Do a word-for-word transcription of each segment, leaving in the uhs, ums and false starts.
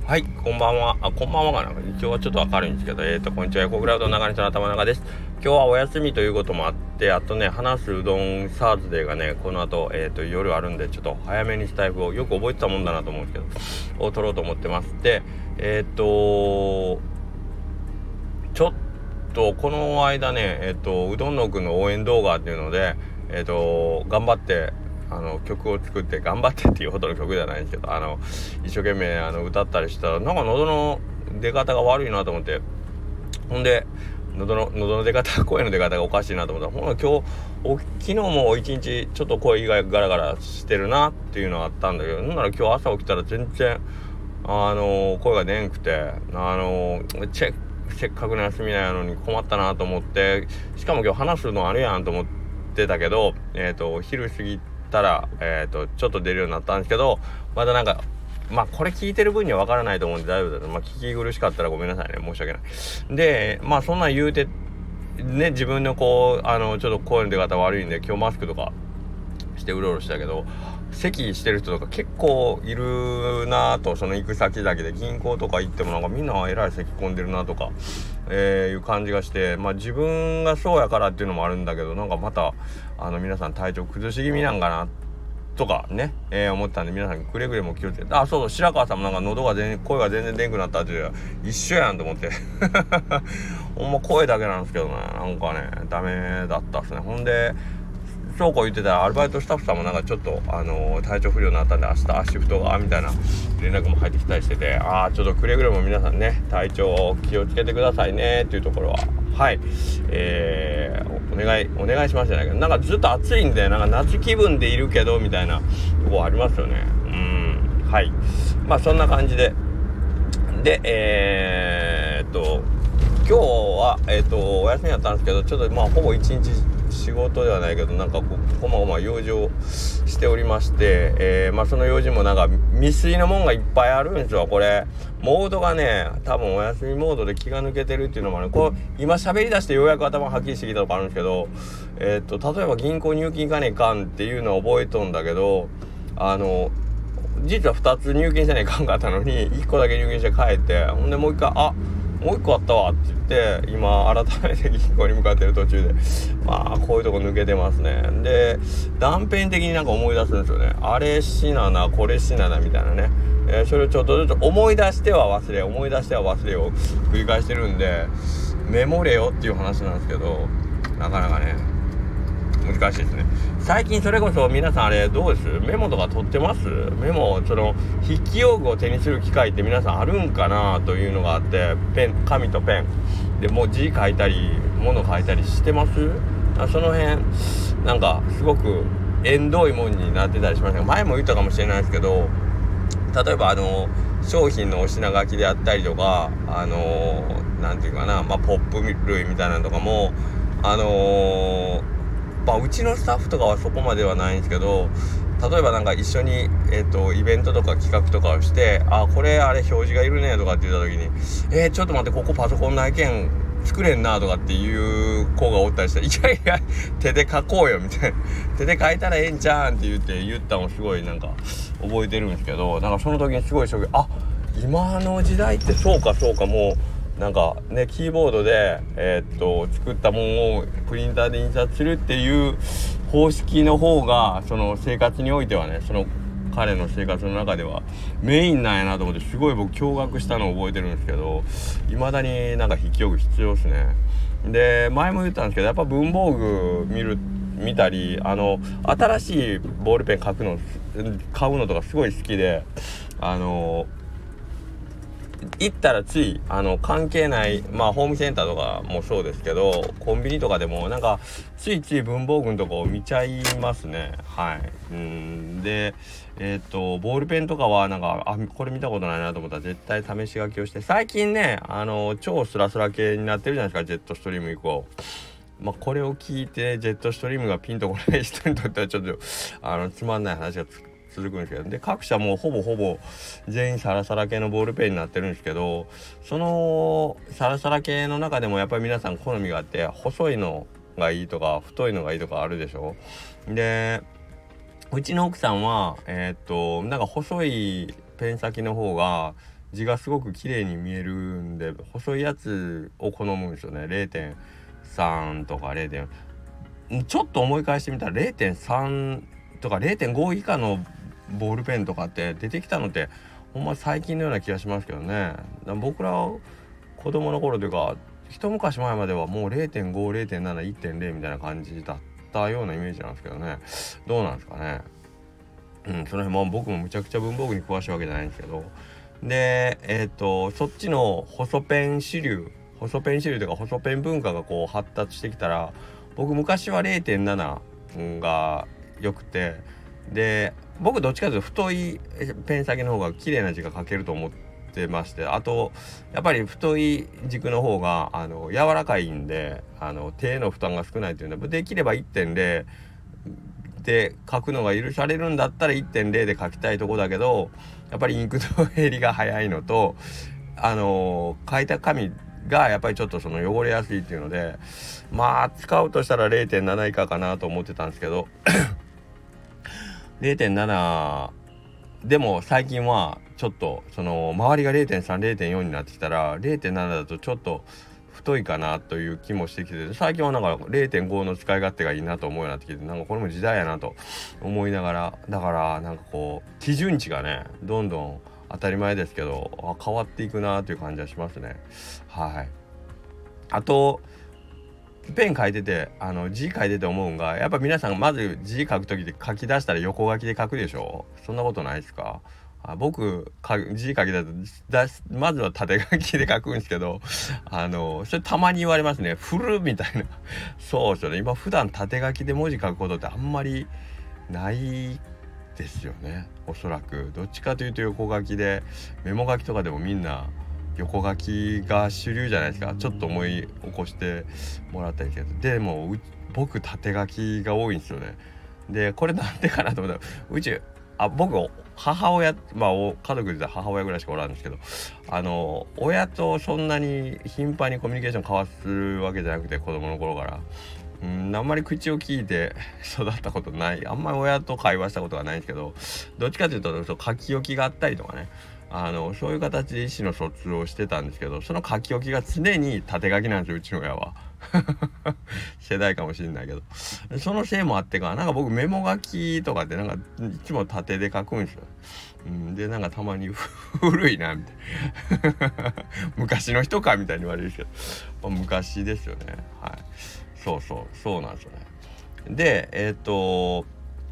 はい、こんばんは。あ、こんばんはかな。一応はちょっと明るいんですけど、えっ、ー、と、こんにちは。エコグラウド長西の頭の中です。今日はお休みということもあって、あとね、話すうどんサーズデーがね、この後、えっ、ー、と、夜あるんで、ちょっと早めにスタイフを、よく覚えてたもんだなと思うんですけど、を撮ろうと思ってます。で、えっ、ー、と、ちょっと、この間ね、えっ、と、うどんのくんの応援動画っていうので、えっ、と、頑張って、あの曲を作って頑張ってっていうほどの曲ではないんですけど、あの一生懸命あの歌ったりしたらなんか喉の出方が悪いなと思って、ほんで喉の喉の出方声の出方がおかしいなと思ったら、ほん今日昨日も一日ちょっと声がガラガラしてるなっていうのがあったんだけど、なんなら今日朝起きたら全然あの声が出んくて、あのチェせっかくの休みなのに困ったなと思って、しかも今日話すのあるやんと思ってたけど、えっと昼過ぎたら、えー、とちょっと出るようになったんですけど、まだなんかまあこれ聞いてる分にはわからないと思うんで大丈夫だと、まあ聞き苦しかったらごめんなさいね、申し訳ない。でまあそんなん言うてね、自分のこうあのちょっと声の出方悪いんで今日マスクとかしてうろうろしたけど、咳してる人とか結構いるなと、その行く先々で銀行とか行ってもなんかみんなえらい咳込んでるなとか、えー、いう感じがして、まあ自分がそうやからっていうのもあるんだけど、なんかまたあの皆さん体調崩し気味なんかなとかね、えー、思ったんで、皆さんくれぐれも気をつけて。あ、そうそう、白川さんもなんか喉が全然声が全然出んくなったっていう一緒やんと思ってほんま声だけなんですけどね、なんかねダメだったっすね。ほんでそうこう言ってたらアルバイトスタッフさんもなんかちょっとあのー、体調不良になったんで明日シフトがみたいな連絡も入ってきたりしてて、ああちょっとくれぐれも皆さんね体調気をつけてくださいねっていうところははいえー、お願いお願いしますじゃないけど、なんかずっと暑いんでなんか夏気分でいるけどみたいなとこありますよね。うんはい、まあそんな感じででえー、っと今日はえー、っとお休みだったんですけど、ちょっとまあほぼ一日仕事ではないけどなんかこうこまごま用事をしておりまして、えー、まあその用事もなんか未遂のもんがいっぱいあるんですよ。これモードがね多分お休みモードで気が抜けてるっていうのもね、こう今喋り出してようやく頭はっきりしてきたとこあるんですけど、えー、っと例えば銀行入金行かねえかんっていうのを覚えとんだけど、あの実はふたつ入金しないかんかったのにいっこだけ入金して帰って、ほんでもう一回あもう一個あったわって言って今改めて銀行に向かってる途中で、まあこういうとこ抜けてますね。で断片的になんか思い出すんですよね。あれしななこれしななみたいなね、えー、それをちょっとずつ思い出しては忘れ思い出しては忘れを繰り返してるんで、メモれよっていう話なんですけど、なかなかね難しいですね。最近それこそ皆さんあれどうです？メモとか取ってます？メモその筆記用具を手にする機会って皆さんあるんかなというのがあって、ペン紙とペンでもう字書いたり物書いたりしてます？あその辺なんかすごく縁遠いもんになってたりしましたが、前も言ったかもしれないですけど、例えばあの商品のお品書きであったりとか、あのなんていうかな、まあポップ類みたいなのとかもあのーまあ、うちのスタッフとかはそこまではないんですけど、例えばなんか一緒に、えーと、イベントとか企画とかをして、あこれあれ表示がいるねとかって言った時に、えー、ちょっと待ってここパソコン内見作れんなとかっていう子がおったりして、いやいや手で書こうよみたいな、手で書いたらええんちゃうんって言って言ったのをすごいなんか覚えてるんですけど、なんかその時にすごい衝撃、あ今の時代ってそうかそうか、もうなんかねキーボードで、えー、っと作ったものをプリンターで印刷するっていう方式の方がその生活においてはね、その彼の生活の中ではメインなんやなと思って、すごい僕驚愕したのを覚えてるんですけど、未だになんか筆記用具必要ですね。で前も言ったんですけど、やっぱ文房具見る見たり、あの新しいボールペン書くの買うのとかすごい好きで、あの行ったらついあの関係ないまあホームセンターとかもそうですけどコンビニとかでもなんかついつい文房具のとこ見ちゃいますね。はいうんでえっ、ー、とボールペンとかはなんかあこれ見たことないなと思ったら絶対試し書きをして、最近ねあの超スラスラ系になってるじゃないですか、ジェットストリーム以降。まあこれを聞いてジェットストリームがピンとこない人にとってはちょっとあのつまんない話がつ続くんですけど、で各社もほぼほぼ全員サラサラ系のボールペンになってるんですけど、そのサラサラ系の中でもやっぱり皆さん好みがあって、細いのがいいとか太いのがいいとかあるでしょ。でうちの奥さんはえー、っとなんか細いペン先の方が字がすごく綺麗に見えるんで、細いやつを好むんですよね。 れいてんさん とか れいてん ちょっと思い返してみたら れいてんさん とか れいてんご 以下のボールペンとかって出てきたのってほんま最近のような気がしますけどね。だから僕ら子供の頃というか一昔前まではもう れいてんご、れいてんなな、いってんれい みたいな感じだったようなイメージなんですけどね。どうなんですかね。うん、その辺も僕もむちゃくちゃ文房具に詳しいわけじゃないんですけど、でえっとそっちの細ペン主流細ペン主流というか細ペン文化がこう発達してきたら、僕昔は れいてんなな が良くて、で僕どっちかというと太いペン先の方が綺麗な字が書けると思ってまして、あとやっぱり太い軸の方があの柔らかいんで、あの手の負担が少ないというので、できれば いってんれいで書くのが許されるんだったら いってんれい で書きたいとこだけど、やっぱりインクの減りが早いのと、あの書いた紙がやっぱりちょっとその汚れやすいっていうので、まあ使うとしたら れいてんなな 以下かなと思ってたんですけどれいてんなな でも最近はちょっとその周りが れいてんさん、れいてんよん になってきたら れいてんなな だとちょっと太いかなという気もしてきて、最近はなんか れいてんご の使い勝手がいいなと思うようになってきて、なんかこれも時代やなと思いながら、だからなんかこう基準値がねどんどん当たり前ですけど変わっていくなという感じはしますね。はい。あとペン書いててあの字書いてて思うんが、やっぱ皆さんまず字書くときで書き出したら横書きで書くでしょ。そんなことないですか？あ、僕字書きだとだまずは縦書きで書くんですけど、あのそれたまに言われますね。フルみたいなそうですよね。今普段縦書きで文字書くことってあんまりないですよね。おそらくどっちかというと横書きで、メモ書きとかでもみんな横書きが主流じゃないですか。ちょっと思い起こしてもらったりけど、でも僕縦書きが多いんですよね。でこれなんでかなと思ったら、うちあ僕母親、まあ家族で言ったら母親ぐらいしかおらんんですけど、あの親とそんなに頻繁にコミュニケーション交わすわけじゃなくて、子供の頃からうん、あんまり口を聞いて育ったことない、あんまり親と会話したことがないんですけど、どっちかというと書き置きがあったりとかね、あのそういう形で意思の疎通をしてたんですけど、その書き置きが常に縦書きなんですよ、うちの親は世代かもしれないけど、そのせいもあってかなんか僕メモ書きとかってなんかいつも縦で書くんですよ。うん、でなんかたまに古いなみたいな昔の人かみたいに言われるけど、まあ、昔ですよね。はい、そうそうそうなんですよね。でえっ、ー、と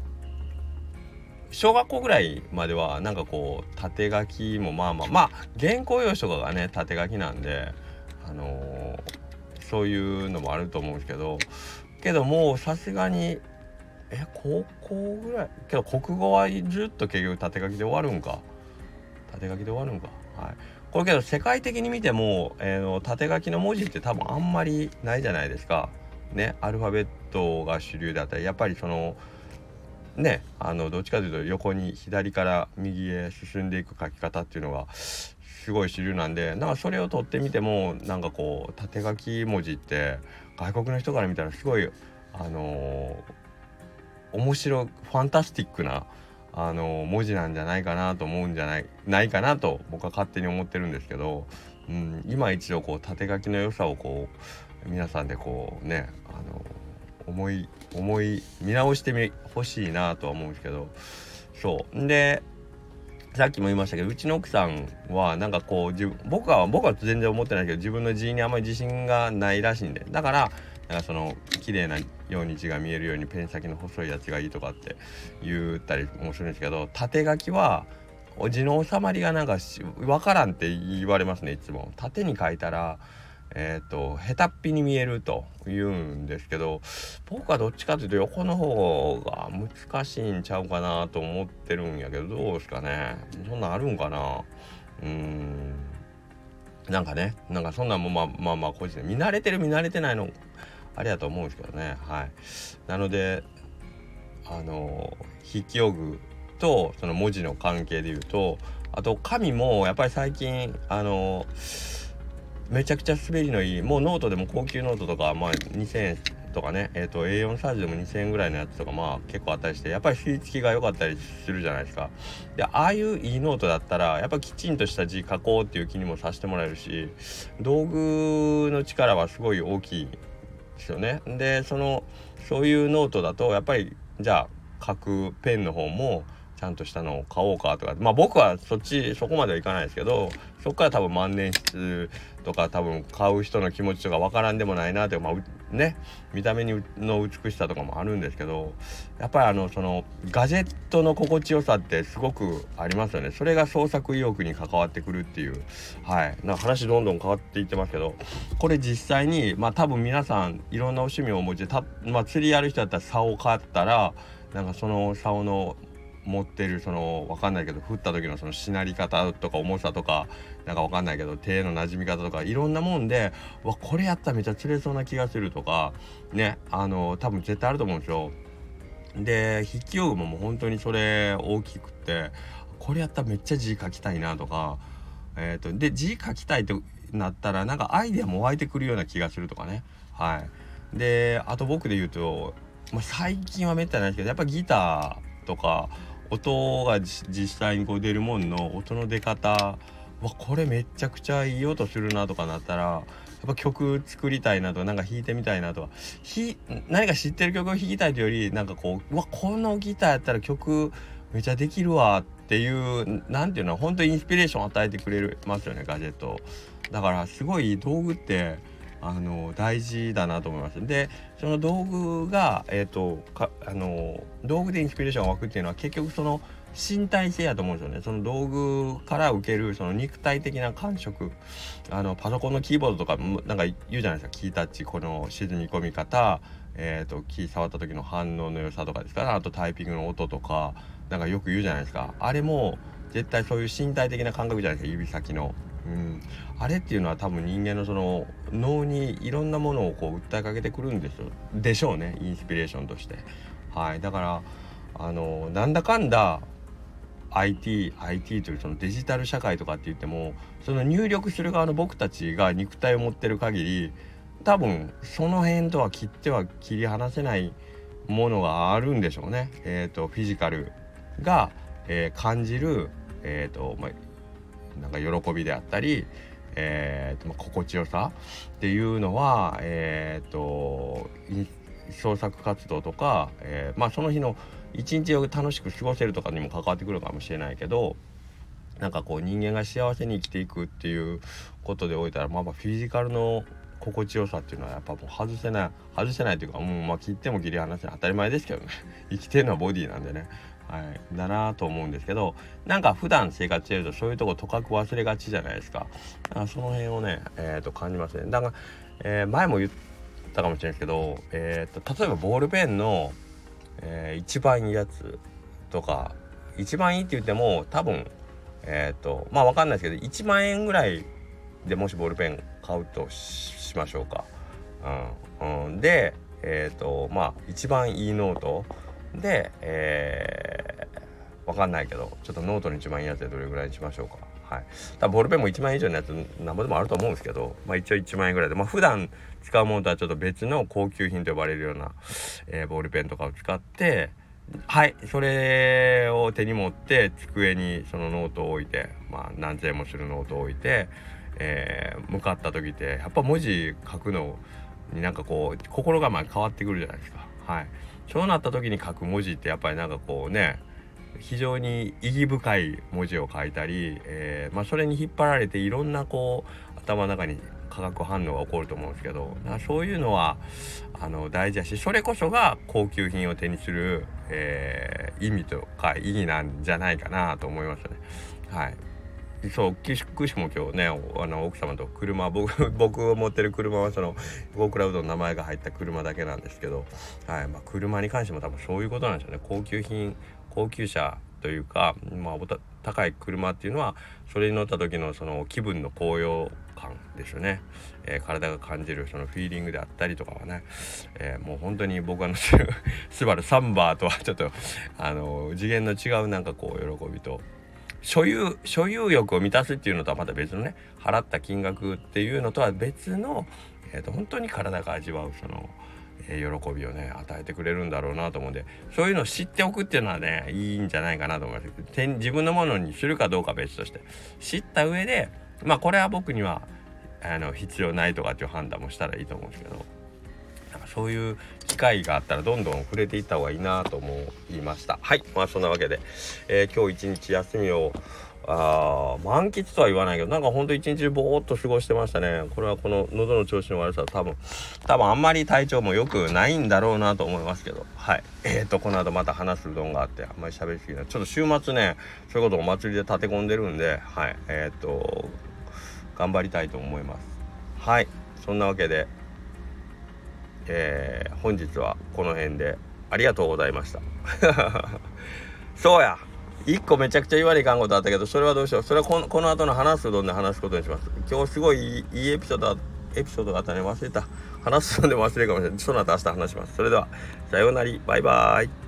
小学校ぐらいまではなんかこう縦書きもまあまあまあ原稿用紙とかがね縦書きなんで、あのー、そういうのもあると思うんですけど、けどもうさすがにえ高校ぐらいけど国語はずっと結局縦書きで終わるんか縦書きで終わるんかはい。これけど世界的に見ても、えー、の縦書きの文字って多分あんまりないじゃないですかね。アルファベットが主流だったり、やっぱりそのね、あのどっちかというと横に左から右へ進んでいく書き方っていうのがすごい主流なんで、なんかそれを取ってみてもなんかこう縦書き文字って外国の人から見たらすごいあのー、面白ファンタスティックなあのー、文字なんじゃないかなと思うんじゃないないかなと僕は勝手に思ってるんですけど、うん、今一度こう縦書きの良さをこう皆さんでこうねあのー思い思い見直してみほしいなとは思うんですけど、そうでさっきも言いましたけど、うちの奥さんはなんかこう自分僕は僕は全然思ってないけど、自分の字にあんまり自信がないらしいんで、だからなんかその綺麗なように字が見えるようにペン先の細いやつがいいとかって言ったりもするんですけど、縦書きは字の収まりがなんかわからんって言われますね。いつも縦に書いたらえーと下手っぴに見えると言うんですけど、僕はどっちかというと横の方が難しいんちゃうかなと思ってるんやけど、どうですかね。そんなんあるんかな。うーんなんかねなんかそんなんもまあまあまあ個人で見慣れてる見慣れてないのあれやと思うんですけどね。はい。なのであの筆記用具とその文字の関係で言うと、あと紙もやっぱり最近あのめちゃくちゃ滑りのいい、もうノートでも高級ノートとか、まあ、にせんえんとかね、えー、と エーよん サイズでもにせんえんぐらいのやつとかまあ結構あったりして、やっぱり吸い付きが良かったりするじゃないですか。でああいういいノートだったらやっぱきちんとした字書こうっていう気にもさせてもらえるし、道具の力はすごい大きいですよね。でそのそういうノートだとやっぱりじゃあ書くペンの方もちゃんとしたのを買おうかとか、まあ僕はそっちそこまではいかないですけど、そこから多分万年筆とか多分買う人の気持ちとかわからんでもないなって、まあね、見た目にの美しさとかもあるんですけど、やっぱりあのそのガジェットの心地よさってすごくありますよね。それが創作意欲に関わってくるっていう、はいな話どんどん変わっていってますけど、これ実際にまあ多分皆さんいろんなお趣味をお持ちで、たまあ釣りやる人だったら竿を買ったらなんかその竿の持ってるその分かんないけど振った時のそのしなり方とか重さとかなんか分かんないけど手の馴染み方とかいろんなもんで、わこれやったらめっちゃ釣れそうな気がするとかね、あの多分絶対あると思うんですよ。で筆記用具ももう本当にそれ大きくて、これやったらめっちゃ字書きたいなとか、えーとで字書きたいとなったらなんかアイデアも湧いてくるような気がするとかね。はいであと僕で言うと、まあ、最近はめったにないですけどやっぱギターとか音が実際にこう出るもんの音の出方、わこれめちゃくちゃいい音するなとかなったらやっぱ曲作りたいなとかなんか弾いてみたいなとか、ひ何か知ってる曲を弾きたいというよりなんかこううわこのギターやったら曲めちゃできるわっていうなんていうの本当にインスピレーションを与えてくれますよねガジェット。だからすごい道具ってあの大事だなと思います。でその道具が、えー、とかあの道具でインスピレーションが湧くっていうのは結局その身体性やと思うんですよね。その道具から受けるその肉体的な感触、あのパソコンのキーボードとかなんか言うじゃないですか、キータッチこの沈み込み方、えー、とキー触った時の反応の良さとかですから、あとタイピングの音とかなんかよく言うじゃないですか。あれも絶対そういう身体的な感覚じゃないですか、指先の。うん、あれっていうのは多分人間のその脳にいろんなものをこう訴えかけてくるんですよでしょうね、インスピレーションとして。はいだからあのなんだかんだ アイティー アイティー というそのデジタル社会とかって言っても、その入力する側の僕たちが肉体を持ってる限り多分その辺とは切っては切り離せないものがあるんでしょうね。えっとフィジカルが、えー感じるえっとまあなんか喜びであったり、えーとまあ、心地よさっていうのは、えーと創作活動とか、えーまあ、その日の一日を楽しく過ごせるとかにも関わってくるかもしれないけど、なんかこう人間が幸せに生きていくっていうことでおいたら、まあ、まあフィジカルの心地よさっていうのはやっぱもう外せない外せないというか、もうまあ切っても切り離せない当たり前ですけどね生きてるのはボディなんでね、はい、だなと思うんですけど、なんか普段生活してるとそういうとことかく忘れがちじゃないですか。だからその辺をね、えー、と感じますね。だから、えー、前も言ったかもしれないですけど、えー、と例えばボールペンの、えー、一番いいやつとか、一番いいって言っても多分えっ、とまあ分かんないですけどいちまんえんぐらいでもしボールペン買うと し, しましょうか、うんうん、でえっ、とまあ一番いいノートで、えー、分かんないけどちょっとノートの一番いいやつでどれぐらいにしましょうか。はい、多分ボールペンもいちまんえん以上のやつなんぼでもあると思うんですけど、まあ一応いちまんえんぐらいで、まあ普段使うものとはちょっと別の高級品と呼ばれるような、えー、ボールペンとかを使ってはいそれを手に持って机にそのノートを置いて、まあ何千円もするノートを置いて、えー、向かった時ってやっぱ文字書くのになんかこう心構え変わってくるじゃないですか。はいそうなった時に書く文字ってやっぱりなんかこうね非常に意義深い文字を書いたり、えーまあ、それに引っ張られていろんなこう頭の中に化学反応が起こると思うんですけど、そういうのはあの大事だし、それこそが高級品を手にする、えー、意味とか意義なんじゃないかなと思いましたね。はいそうくしくしも今日ねあの奥様と車僕僕を持ってる車はそのゴークラウドの名前が入った車だけなんですけど、はいまあ、車に関しても多分そういうことなんでしょうね。高級品高級車というか、まあ、おた高い車っていうのはそれに乗った時のその気分の高揚感ですよね、えー、体が感じるそのフィーリングであったりとかはね、えー、もう本当に僕が乗ってるスバルサンバーとはちょっとあの次元の違うなんかこう喜びと所有所有欲を満たすっていうのとはまた別のね、払った金額っていうのとは別の、えー、と本当に体が味わうそのえー、喜びをね与えてくれるんだろうなと思うんで、そういうのを知っておくっていうのはねいいんじゃないかなと思います。自分のものにするかどうか別として知った上で、まあこれは僕にはあの必要ないとかっていう判断もしたらいいと思うんですけど、なんかそういう機会があったらどんどん触れていった方がいいなと思いました。はい、まあそんなわけで、えー、今日一日休みをあ満喫とは言わないけど、なんかほんと一日ぼーっと過ごしてましたね。これはこの喉の調子の悪さは多分多分あんまり体調も良くないんだろうなと思いますけど、はいえーとこの後また話すうどんがあってあんまり喋りすぎない、ちょっと週末ねそういうことお祭りで立て込んでるんで、はいえーと頑張りたいと思います。はい、そんなわけで、えー、本日はこの辺でありがとうございましたそうや一個めちゃくちゃ言われいかんことあったけど、それはどうしよう。それはこの、この後の話すうどんで話すことにします。今日すごいいい、いいエピソードエピソードがあったね。忘れた。話すうどんで忘れるかもしれない。その後明日話します。それではさようなら、バイバーイ。